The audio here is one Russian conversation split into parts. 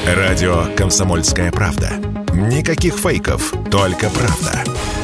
Радио «Комсомольская правда». Никаких фейков, только правда.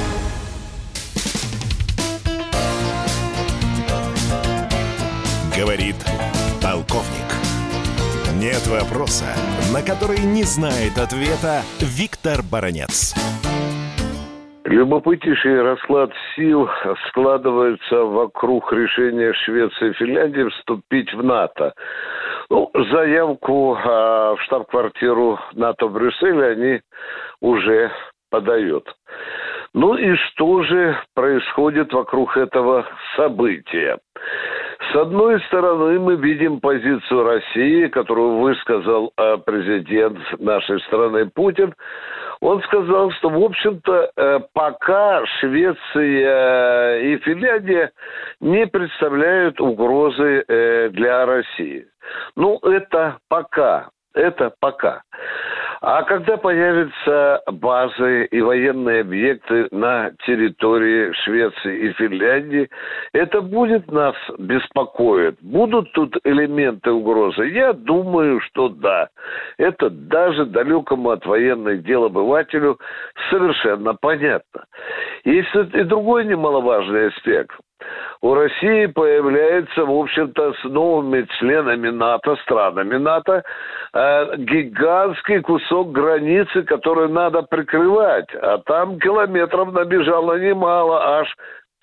Говорит полковник. Нет вопроса, на который не знает ответа Виктор Баранец. Любопытнейший расклад сил складывается вокруг решения Швеции и Финляндии вступить в НАТО. Заявку в штаб-квартиру НАТО в Брюсселе они уже подают. И что же происходит вокруг этого события? С одной стороны, мы видим позицию России, которую высказал президент нашей страны Путин. Он сказал, что, в общем-то, пока Швеция и Финляндия не представляют угрозы для России. Это пока. Это пока. А когда появятся базы и военные объекты на территории Швеции и Финляндии, это будет нас беспокоить. Будут тут элементы угрозы? Я думаю, что да. Это даже далекому от военных дел обывателю совершенно понятно. Есть и другой немаловажный аспект. У России появляется, в общем-то, с новыми членами НАТО, странами НАТО, гигантский кусок границы, который надо прикрывать. А там километров набежало немало, аж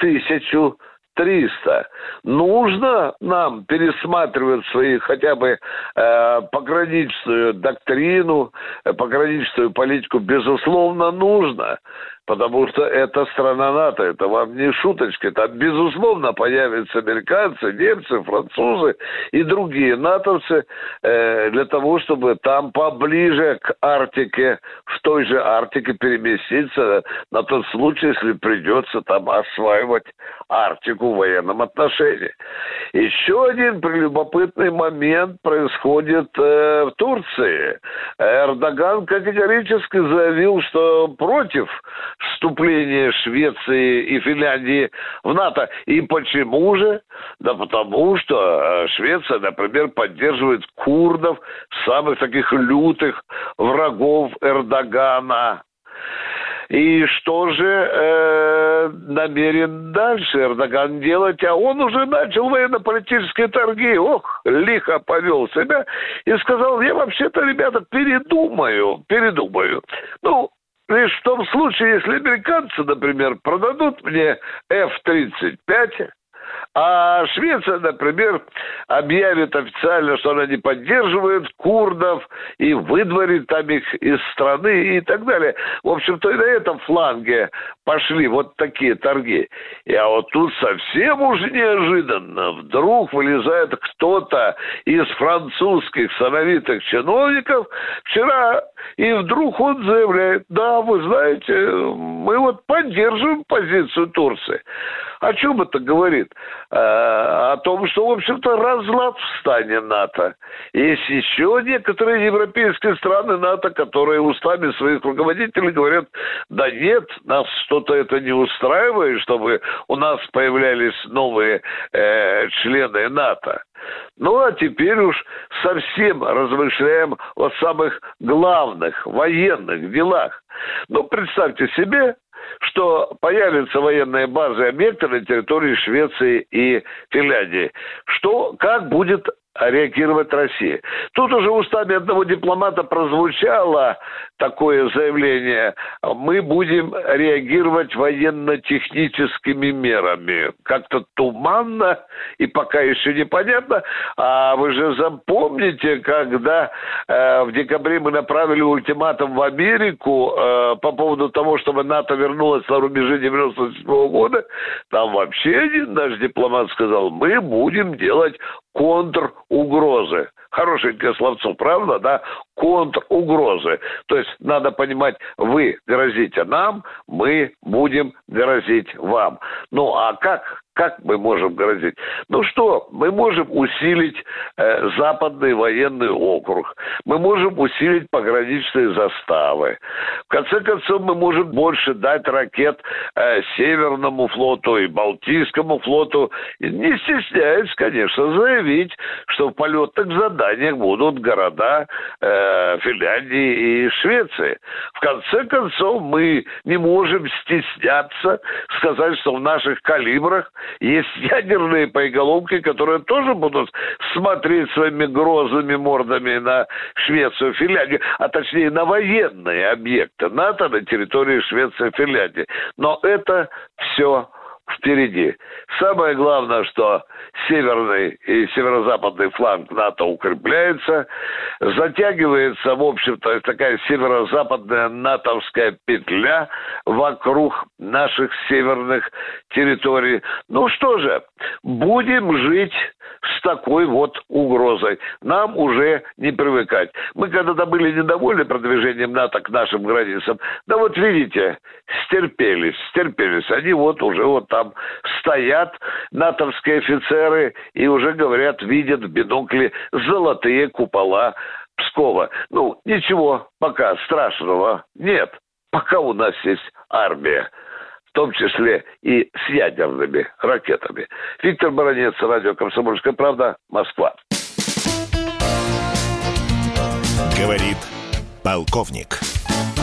1300. Нужно нам пересматривать свои хотя бы пограничную доктрину, пограничную политику, безусловно, нужно. Потому что это страна НАТО, это вам не шуточки. Там, безусловно, появятся американцы, немцы, французы и другие натовцы для того, чтобы там поближе к Арктике, в той же Арктике переместиться на тот случай, если придется там осваивать Арктику в военном отношении. Еще один прелюбопытный момент происходит в Турции. Эрдоган категорически заявил, что против вступление Швеции и Финляндии в НАТО. И почему же? Да потому что Швеция, например, поддерживает курдов, самых таких лютых врагов Эрдогана. И что же намерен дальше Эрдоган делать? А он уже начал военно-политические торги. Лихо повел себя и сказал, я вообще-то, ребята, передумаю. Лишь в том случае, если американцы, например, продадут мне F-35, а Швеция, например, объявит официально, что она не поддерживает курдов и выдворит там их из страны и так далее. В общем-то, и на этом фланге пошли вот такие торги. А вот тут совсем уже неожиданно вдруг вылезает кто-то из французских сановитых чиновников вчера, и вдруг он заявляет, да, вы знаете, мы поддерживаем позицию Турции. О чем это говорит? О том, что, в общем-то, разлад в стане НАТО. Есть еще некоторые европейские страны НАТО, которые устами своих руководителей говорят, да нет, нас что-то это не устраивает, чтобы у нас появлялись новые члены НАТО. А теперь уж совсем размышляем о самых главных военных делах. Представьте себе, что появятся военные базы и объекты на территории Швеции и Финляндии. Как будет реагировать Россия? Тут уже устами одного дипломата прозвучало такое заявление: мы будем реагировать военно-техническими мерами. Как-то туманно и пока еще непонятно. А вы же запомните, когда в декабре мы направили ультиматум в Америку по поводу того, чтобы НАТО вернулось на рубежи 1997 года, там вообще один наш дипломат сказал, мы будем делать контругрозы. Хорошенькое словцо, правда, да? Контругрозы. То есть надо понимать, вы грозите нам, мы будем грозить вам. А как мы можем грозить? Мы можем усилить Западный военный округ. Мы можем усилить пограничные заставы. В конце концов, мы можем больше дать ракет Северному флоту и Балтийскому флоту. Не стесняясь, конечно, заявить, что в полетных задачах заданиях будут города Финляндии и Швеции. В конце концов, мы не можем стесняться сказать, что в наших калибрах есть ядерные боеголовки, которые тоже будут смотреть своими грозными мордами на Швецию, Финляндию, а точнее на военные объекты НАТО на территории Швеции и Финляндии. Но это все впереди. Самое главное, что северный и северо-западный фланг НАТО укрепляется, затягивается, в общем-то, такая северо-западная натовская петля вокруг наших северных территорий. Ну что же, будем жить с такой вот угрозой. Нам уже не привыкать. Мы когда-то были недовольны продвижением НАТО к нашим границам. Да вот видите, стерпелись. Они вот уже вот там стоят, натовские офицеры, и уже говорят, видят в бинокле золотые купола Пскова. Ну, ничего пока страшного нет. Пока у нас есть армия. В том числе и с ядерными ракетами. Виктор Баранец, радио «Комсомольская правда», Москва. Говорит полковник.